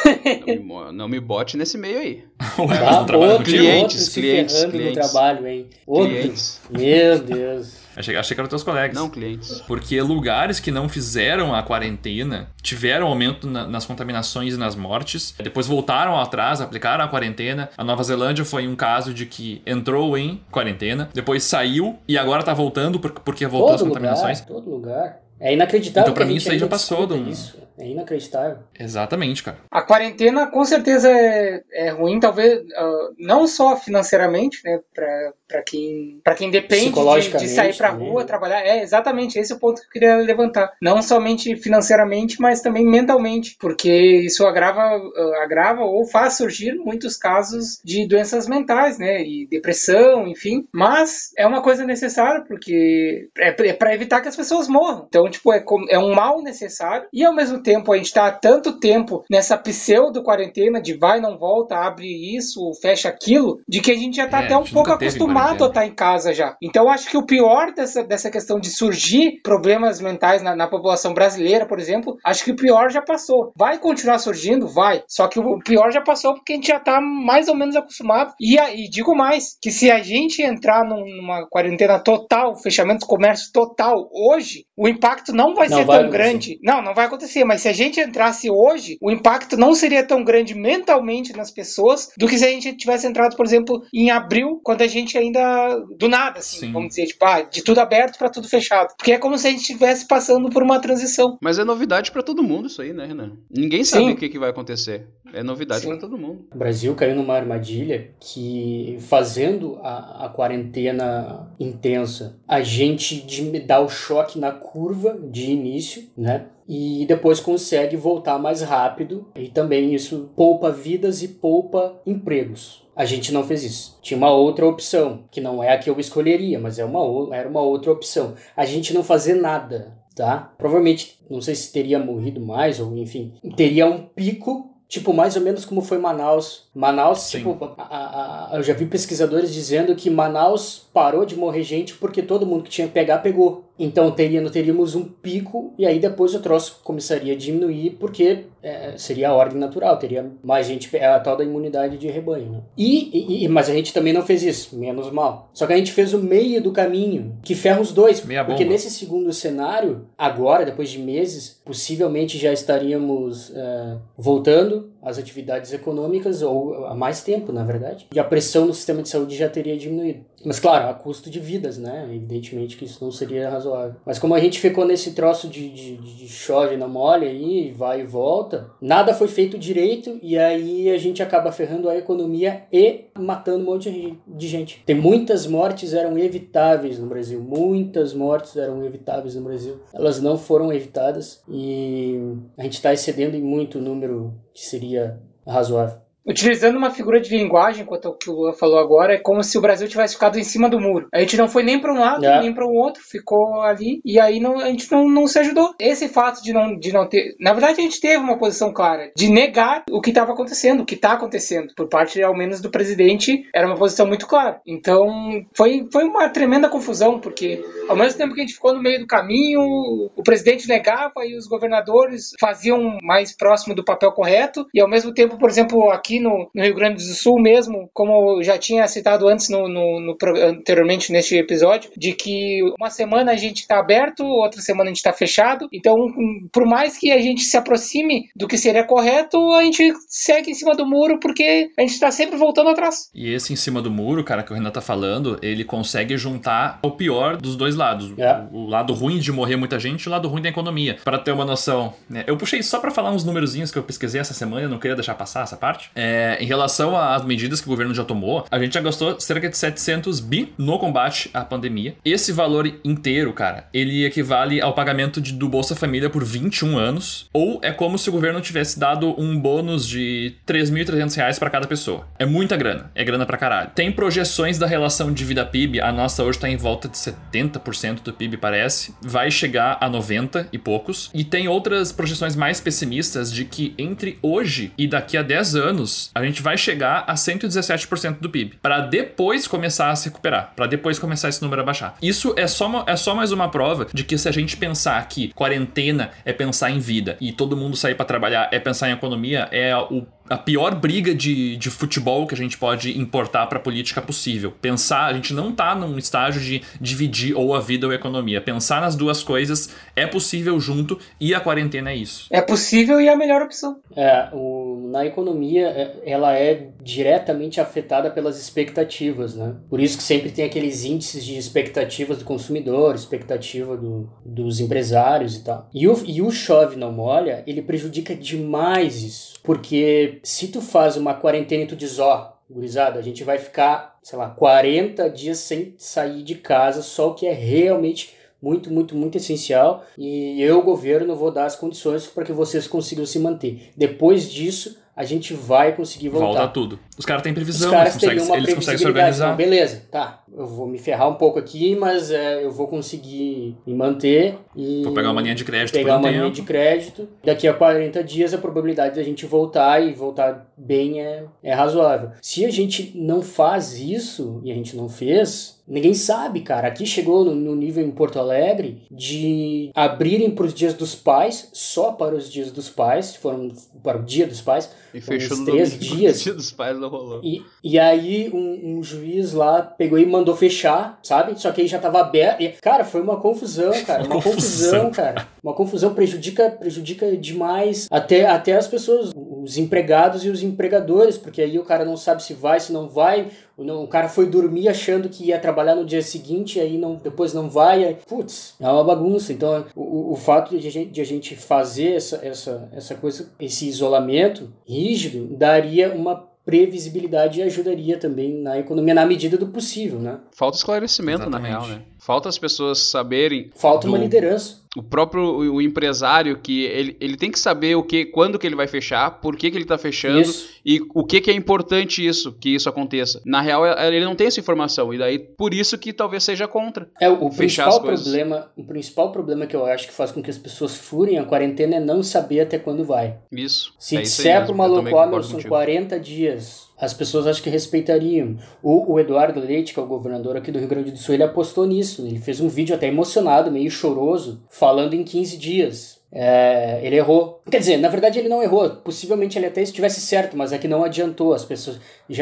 não me bote nesse meio aí. Clientes no trabalho, hein? Clientes. Meu Deus. Achei que eram teus colegas. Não, clientes. Porque lugares que não fizeram a quarentena tiveram aumento nas contaminações e nas mortes. Depois voltaram atrás, aplicaram a quarentena. A Nova Zelândia foi um caso de que entrou em quarentena, depois saiu e agora tá voltando porque voltou as contaminações. Todo lugar. É inacreditável. Então pra mim isso aí já passou. Isso. É inacreditável. Exatamente, cara. A quarentena com certeza é ruim, talvez não só financeiramente, né, para quem depende de sair pra rua, trabalhar. Exatamente, esse é o ponto que eu queria levantar. Não somente financeiramente, mas também mentalmente, porque isso agrava ou faz surgir muitos casos de doenças mentais, né, e depressão, enfim. Mas é uma coisa necessária, porque é para evitar que as pessoas morram. Então, tipo, é um mal necessário e ao mesmo tempo a gente está há tanto tempo nessa pseudo-quarentena de vai, não volta, abre isso, fecha aquilo, de que a gente já está até um pouco acostumado a estar em casa já. Então acho que o pior dessa questão de surgir problemas mentais na população brasileira, por exemplo, acho que o pior já passou. Vai continuar surgindo? Vai. Só que o pior já passou porque a gente já está mais ou menos acostumado. E digo mais, que se a gente entrar numa quarentena total, fechamento do comércio total hoje, o impacto não vai ser tão grande. Não vai acontecer, mas se a gente entrasse hoje, o impacto não seria tão grande mentalmente nas pessoas do que se a gente tivesse entrado, por exemplo, em abril, quando a gente ainda, do nada, assim, vamos dizer, tipo, de tudo aberto para tudo fechado. Porque é como se a gente estivesse passando por uma transição. Mas é novidade para todo mundo isso aí, né, Renan? Ninguém sabe o que vai acontecer. É novidade para todo mundo. O Brasil caiu numa armadilha que, fazendo a quarentena intensa, a gente dá o choque na curva de início, né? E depois consegue voltar mais rápido e também isso poupa vidas e poupa empregos. A gente não fez isso. Tinha uma outra opção, que não é a que eu escolheria, mas era uma outra opção. A gente não fazer nada, tá? Provavelmente, não sei se teria morrido mais, ou enfim, teria um pico, tipo, mais ou menos como foi Manaus. Manaus, tipo, eu já vi pesquisadores dizendo que Manaus parou de morrer gente porque todo mundo que tinha que pegar, pegou. Então teríamos um pico e aí depois o troço começaria a diminuir porque seria a ordem natural, teria mais gente, a tal da imunidade de rebanho. Né? Mas a gente também não fez isso, menos mal. Só que a gente fez o meio do caminho, que ferra os dois. Porque nesse segundo cenário, agora, depois de meses, possivelmente já estaríamos voltando às atividades econômicas, ou há mais tempo, na verdade. E a pressão no sistema de saúde já teria diminuído. Mas claro, a custo de vidas, né? Evidentemente que isso não seria razoável. Mas como a gente ficou nesse troço de chove na molha aí, vai e volta, nada foi feito direito e aí a gente acaba ferrando a economia e matando um monte de gente. Tem muitas mortes eram evitáveis no Brasil. Muitas mortes eram evitáveis no Brasil. Elas não foram evitadas e a gente está excedendo em muito o número que seria razoável. Utilizando uma figura de linguagem, quanto ao que o Luan falou agora, é como se o Brasil tivesse ficado em cima do muro. A gente não foi nem para um lado, nem para o outro, ficou ali, e aí a gente não se ajudou. Esse fato de não ter... Na verdade, a gente teve uma posição clara de negar o que estava acontecendo, o que está acontecendo. Por parte, ao menos, do presidente, era uma posição muito clara. Então, foi uma tremenda confusão, porque ao mesmo tempo que a gente ficou no meio do caminho, o presidente negava e os governadores faziam mais próximo do papel correto, e ao mesmo tempo, por exemplo, aqui no Rio Grande do Sul mesmo, como eu já tinha citado antes anteriormente neste episódio, de que uma semana a gente está aberto, outra semana a gente está fechado. Então, por mais que a gente se aproxime do que seria correto, a gente segue em cima do muro porque a gente está sempre voltando atrás. E esse em cima do muro, cara, que o Renan tá falando, ele consegue juntar o pior dos dois lados. O lado ruim de morrer muita gente e o lado ruim da economia. Para ter uma noção, né? Eu puxei só para falar uns numerozinhos que eu pesquisei essa semana, eu não queria deixar passar essa parte. Em relação às medidas que o governo já tomou, a gente já gastou cerca de 700 bi no combate à pandemia. Esse valor inteiro, cara, ele equivale ao pagamento do Bolsa Família por 21 anos, ou é como se o governo tivesse dado um bônus de R$3.300 para cada pessoa. É muita grana, é grana pra caralho. Tem projeções da relação dívida PIB, a nossa hoje tá em volta de 70% do PIB, parece, vai chegar a 90 e poucos, e tem outras projeções mais pessimistas de que entre hoje e daqui a 10 anos a gente vai chegar a 117% do PIB, para depois começar a se recuperar, para depois começar esse número a baixar. Isso é só mais uma prova de que se a gente pensar que quarentena é pensar em vida e todo mundo sair para trabalhar é pensar em economia, é a pior briga de futebol que a gente pode importar para a política possível. Pensar, a gente não tá num estágio de dividir ou a vida ou a economia. Pensar nas duas coisas é possível junto e a quarentena é isso. É possível e é a melhor opção. Na economia, ela é diretamente afetada pelas expectativas, né? Por isso que sempre tem aqueles índices de expectativas do consumidor, expectativa dos empresários e tal. E o chove não molha, ele prejudica demais isso. Porque se tu faz uma quarentena e tu diz, gurizada, a gente vai ficar, 40 dias sem sair de casa, só o que é realmente muito, muito, muito essencial, e eu, governo, vou dar as condições para que vocês consigam se manter. Depois disso, a gente vai conseguir voltar. Volta tudo. Os caras têm previsão, eles conseguem se organizar. Não, beleza, tá. Eu vou me ferrar um pouco aqui, mas eu vou conseguir me manter e... Vou pegar uma linha de crédito linha de crédito. Daqui a 40 dias a probabilidade da gente voltar e voltar bem é razoável. Se a gente não faz isso, e a gente não fez... Ninguém sabe, cara. Aqui chegou no nível em Porto Alegre de abrirem para os dias dos pais, só para os dias dos pais, foram para o dia dos pais. E fechou no 3 dias. O dia dos pais não rolou. E aí um juiz lá pegou e mandou fechar, sabe? Só que aí já tava aberto. E, cara, foi uma confusão, cara. Uma confusão, cara. Uma confusão prejudica demais até as pessoas, os empregados e os empregadores, porque aí o cara não sabe se vai, se não vai. O cara foi dormir achando que ia trabalhar no dia seguinte, aí depois não vai. Aí, putz, é uma bagunça. Então, o fato de a gente fazer essa coisa, esse isolamento rígido, daria uma previsibilidade e ajudaria também na economia na medida do possível, né? Falta esclarecimento. Exatamente. Na real, né? Falta as pessoas saberem... Falta uma liderança. O próprio empresário, que ele tem que saber quando que ele vai fechar, por que ele está fechando e o que é importante que isso aconteça. Na real, ele não tem essa informação e daí por isso que talvez seja contra fechar as coisas. O principal problema que eu acho que faz com que as pessoas furem a quarentena é não saber até quando vai. Isso. Se disser para o maluco, são 40 dias... As pessoas acho que respeitariam. O Eduardo Leite, que é o governador aqui do Rio Grande do Sul, ele apostou nisso. Ele fez um vídeo até emocionado, meio choroso, falando em 15 dias. Ele errou. Quer dizer, na verdade ele não errou. Possivelmente ele até estivesse certo, mas é que não adiantou. As pessoas...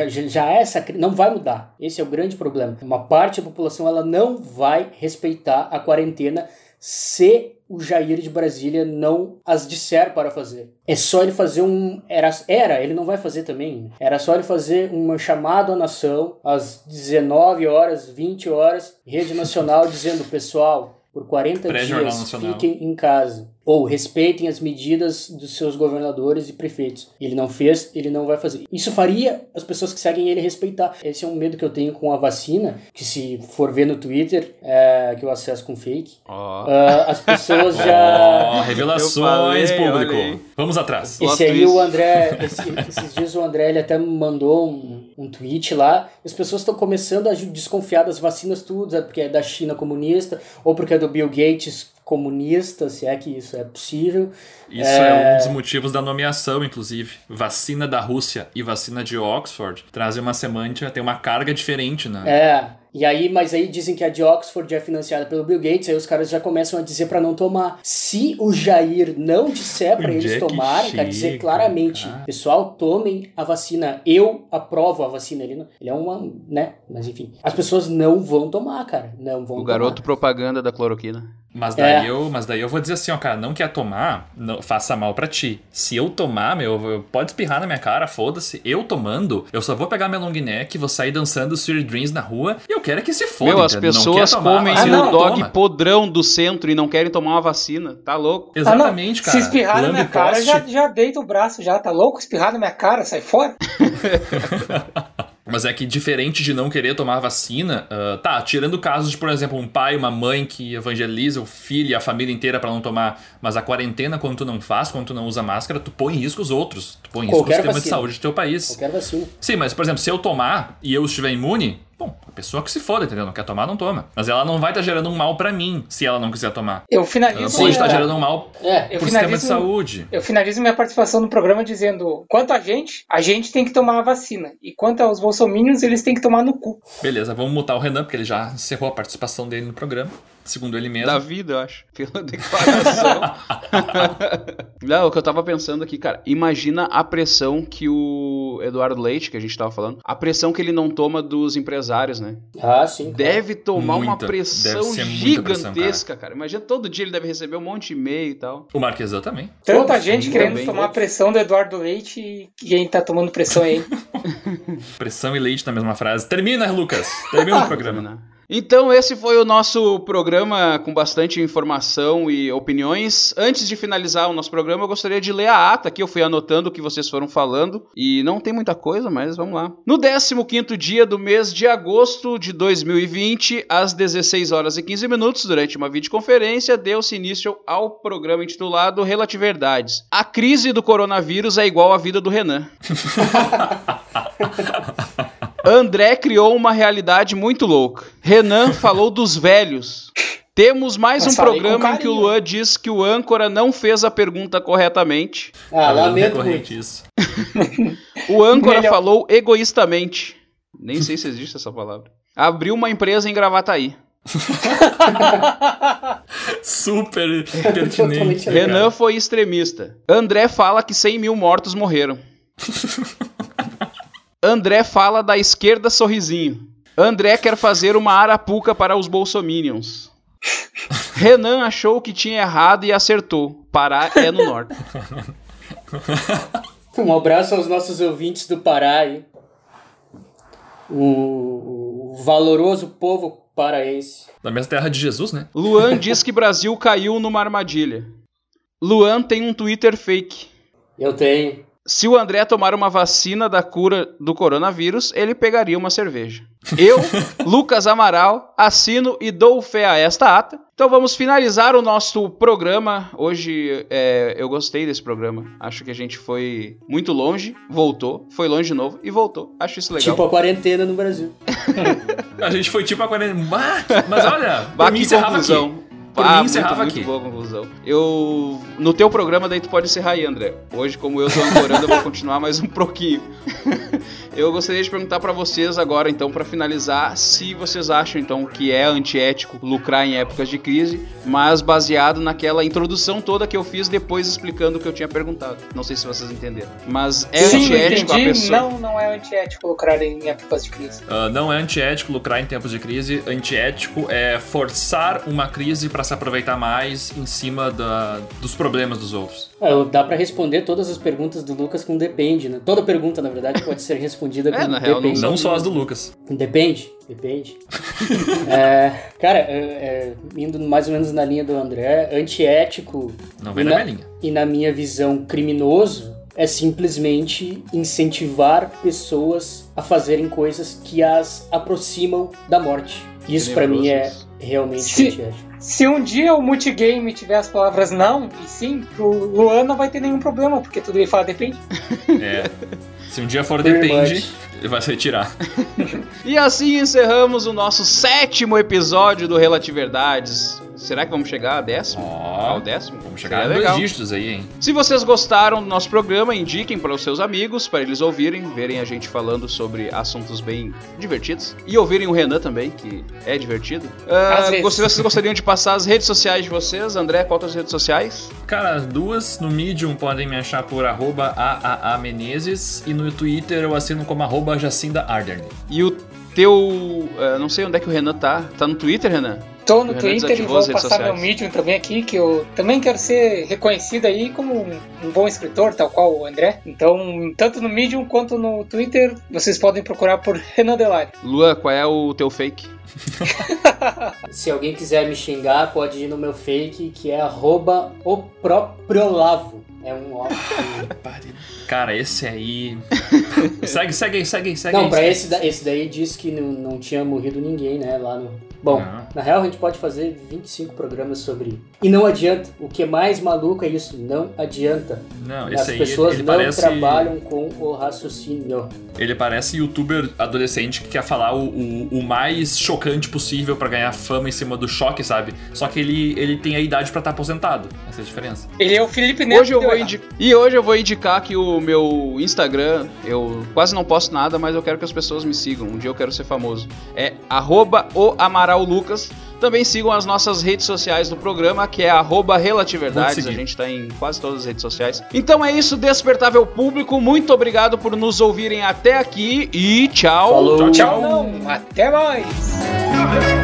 não vai mudar. Esse é o grande problema. Uma parte da população ela não vai respeitar a quarentena se o Jair de Brasília não as disser para fazer. É só ele fazer ele não vai fazer também. Era só ele fazer um chamado à nação às 19 horas, 20 horas, rede nacional dizendo, pessoal, por 40 dias fiquem em casa. Ou respeitem as medidas dos seus governadores e prefeitos. Ele não fez, ele não vai fazer. Isso faria as pessoas que seguem ele respeitar. Esse é um medo que eu tenho com a vacina, que se for ver no Twitter, que eu acesso com fake, as pessoas já... Revelações, público. Vamos atrás. Esse aí, o André, esses dias o André, ele até me mandou um tweet lá. As pessoas estão começando a desconfiar das vacinas tudo, porque é da China comunista, ou porque é do Bill Gates comunista, se é que isso é possível. Isso é um dos motivos da nomeação, inclusive. Vacina da Rússia e vacina de Oxford trazem uma semântica, tem uma carga diferente, né? Mas aí dizem que a de Oxford é financiada pelo Bill Gates, aí os caras já começam a dizer pra não tomar. Se o Jair não disser pra eles tomarem, quer dizer claramente, pessoal, tomem a vacina. Eu aprovo a vacina. Ele é uma, né? Mas enfim, as pessoas não vão tomar, cara. Não vão tomar. O garoto propaganda da cloroquina. Mas daí eu vou dizer assim, ó, cara, não quer tomar, não, faça mal pra ti. Se eu tomar, pode espirrar na minha cara, foda-se. Eu tomando, eu só vou pegar minha long neck, vou sair dançando Sweet Dreams na rua e eu quero que se foda. As pessoas comem o dog podrão do centro e não querem tomar uma vacina. Tá louco? Exatamente, cara. Se espirrar na minha cara, já deita o braço já. Tá louco? Espirrar na minha cara, sai fora. Mas é que diferente de não querer tomar vacina, tirando casos de, por exemplo, um pai, uma mãe que evangeliza o filho e a família inteira pra não tomar, mas a quarentena, quando tu não faz, quando tu não usa máscara, tu põe em risco os outros. Tu põe em risco o sistema de saúde do teu país. Qualquer vacina. Sim, mas, por exemplo, se eu tomar e eu estiver imune... Bom, a pessoa que se foda, entendeu? Não quer tomar, não toma. Mas ela não vai estar gerando um mal pra mim, se ela não quiser tomar. Eu finalizo... Ela pode estar gerando um mal pro sistema de saúde. Eu finalizo minha participação no programa dizendo, quanto a gente tem que tomar a vacina. E quanto aos bolsominions, eles têm que tomar no cu. Beleza, vamos mutar o Renan, porque ele já encerrou a participação dele no programa. Segundo ele mesmo. Da vida, eu acho. Pela declaração. Não, o que eu tava pensando aqui, cara. Imagina a pressão que o Eduardo Leite, que a gente tava falando, a pressão que ele não toma dos empresários, né? Sim. Deve tomar uma pressão gigantesca, cara. Imagina, todo dia ele deve receber um monte de e-mail e tal. O Marquesão também. Tanta gente querendo tomar a pressão do Eduardo Leite e quem tá tomando pressão aí. Pressão e leite na mesma frase. Termina, Lucas. Termina o programa. Então esse foi o nosso programa com bastante informação e opiniões. Antes de finalizar o nosso programa, eu gostaria de ler a ata aqui. Eu fui anotando o que vocês foram falando e não tem muita coisa, mas vamos lá. No 15º dia do mês de agosto de 2020, às 16 horas e 15 minutos, durante uma videoconferência, deu-se início ao programa intitulado Relativerdades. A crise do coronavírus é igual à vida do Renan. André criou uma realidade muito louca. Renan falou dos velhos. Temos mais um programa em que o Luan diz que o âncora não fez a pergunta corretamente. Lamento muito isso. O âncora falou egoístamente. Nem sei se existe essa palavra. Abriu uma empresa em Gravataí. Super pertinente. Renan foi extremista. André fala que 100 mil mortos morreram. André fala da esquerda sorrisinho. André quer fazer uma arapuca para os bolsominions. Renan achou que tinha errado e acertou. Pará é no norte. Um abraço aos nossos ouvintes do Pará aí. O valoroso povo paraense. Da mesma terra de Jesus, né? Luan diz que Brasil caiu numa armadilha. Luan tem um Twitter fake. Eu tenho. se o André tomar uma vacina da cura do coronavírus, ele pegaria uma cerveja. Eu, Lucas Amaral, assino e dou fé a esta ata. Então vamos finalizar o nosso programa. Hoje eu gostei desse programa. Acho que a gente foi muito longe, voltou, foi longe de novo e voltou. Acho isso legal. Tipo a quarentena no Brasil. A gente foi tipo a quarentena. Mas olha, por mim encerrava aqui. Por mim encerrava aqui. Muito boa conclusão. No teu programa daí tu pode encerrar aí, André. Hoje, como eu tô ancorando, eu vou continuar mais um pouquinho. Eu gostaria de perguntar pra vocês agora, então, pra finalizar, se vocês acham, então, que é antiético lucrar em épocas de crise, mas baseado naquela introdução toda que eu fiz depois explicando o que eu tinha perguntado. Não sei se vocês entenderam. Mas é antiético a pessoa... Não é antiético lucrar em épocas de crise. Não é antiético lucrar em tempos de crise. Antiético é forçar uma crise pra se aproveitar mais em cima dos problemas dos outros. Dá pra responder todas as perguntas do Lucas com depende, né? Toda pergunta, na verdade, pode ser respondida com na real, depende. Não só as do Lucas. Depende. Cara, indo mais ou menos na linha do André, antiético... Não vem na minha linha. E na minha visão, criminoso, é simplesmente incentivar pessoas a fazerem coisas que as aproximam da morte. Isso pra mim é realmente antiético. Se um dia o multigame tiver as palavras não e sim, pro Luan não vai ter nenhum problema, porque tudo ele fala depende. Se um dia for depende, ele vai se retirar. E assim encerramos o nosso 7º episódio do Relativerdades. Será que vamos chegar ao 10º? Ao 10º? Vamos chegar a 2 dígitos aí, hein? Se vocês gostaram do nosso programa, indiquem para os seus amigos, para eles ouvirem, verem a gente falando sobre assuntos bem divertidos. E ouvirem o Renan também, que é divertido. Vocês gostariam de passar as redes sociais de vocês? André, qual as redes sociais? Cara, as 2 no Medium podem me achar por @AAAMenezes e no Twitter eu assino como @JacindaArdern. E o teu... não sei onde é que o Renan tá. Tá no Twitter, Renan? Tô no Twitter e vou passar meu Medium também aqui, que eu também quero ser reconhecido aí como um bom escritor, tal qual o André. Então, tanto no Medium quanto no Twitter, vocês podem procurar por Renan Delari. Luan, qual é o teu fake? Se alguém quiser me xingar, pode ir no meu fake, que é @opropriolavo. É um ótimo. Cara, esse aí... segue. Não, pra esse daí disse que não tinha morrido ninguém, né? Lá no... Bom, na real a gente pode fazer 25 programas sobre... E não adianta. O que é mais maluco é isso. Não adianta. Não, esse As pessoas ele não parece... trabalham com o raciocínio. Ele parece youtuber adolescente que quer falar o mais chocante possível pra ganhar fama em cima do choque, sabe? Só que ele tem a idade pra estar aposentado. Essa é a diferença. Ele é o Felipe Neto. Hoje eu vou indicar que o meu Instagram, eu quase não posto nada, mas eu quero que as pessoas me sigam. Um dia eu quero ser famoso. É @oamarallucas. Também sigam as nossas redes sociais do programa, que é @Relativerdades. A gente tá em quase todas as redes sociais. Então é isso, despertável público. Muito obrigado por nos ouvirem até aqui e tchau. Falou. Tchau. Até mais.